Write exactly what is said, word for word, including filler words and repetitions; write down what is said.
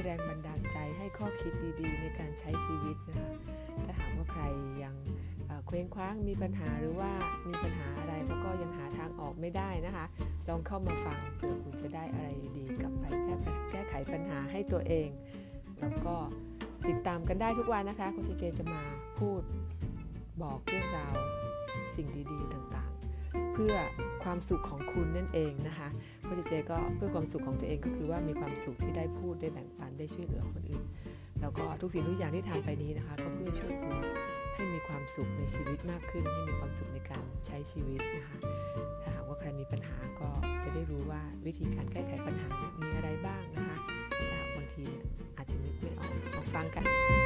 แรงบันดาลใจให้ข้อคิดดีๆในการใช้ชีวิตนะคะถ้าหากว่าใครยังเคว้งคว้างมีปัญหาหรือว่ามีปัญหาอะไรแล้วก็ยังหาทางออกไม่ได้นะคะลองเข้ามาฟังเผื่อคุณจะได้อะไรดีกลับไปแก้แก้ไขปัญหาให้ตัวเองแล้วก็ติดตามกันได้ทุกวันนะคะโค้ชเจจะมาพูดบอกเรื่องราวสิ่งดีๆต่างๆเพื่อความสุขของคุณนั่นเองนะคะโค้ชเจก็เพื่อความสุขของตัวเองก็คือว่ามีความสุขที่ได้พูดได้แบ่งปันได้ช่วยเหลือคนอื่นแล้วก็ทุกสิ่งทุกอย่างที่ทำไปนี้นะคะก็เพื่อช่วยคุณให้มีความสุขในชีวิตมากขึ้นให้มีความสุขในการใช้ชีวิตนะคะถ้าหากว่าใครมีปัญหาก็จะได้รู้ว่าวิธีการแก้ไขปัญหาเนี่ยมีอะไรบ้างนะคะถ้าหากบางทีเนี่ยอาจจะนึกไม่ออกต้องฟังกัน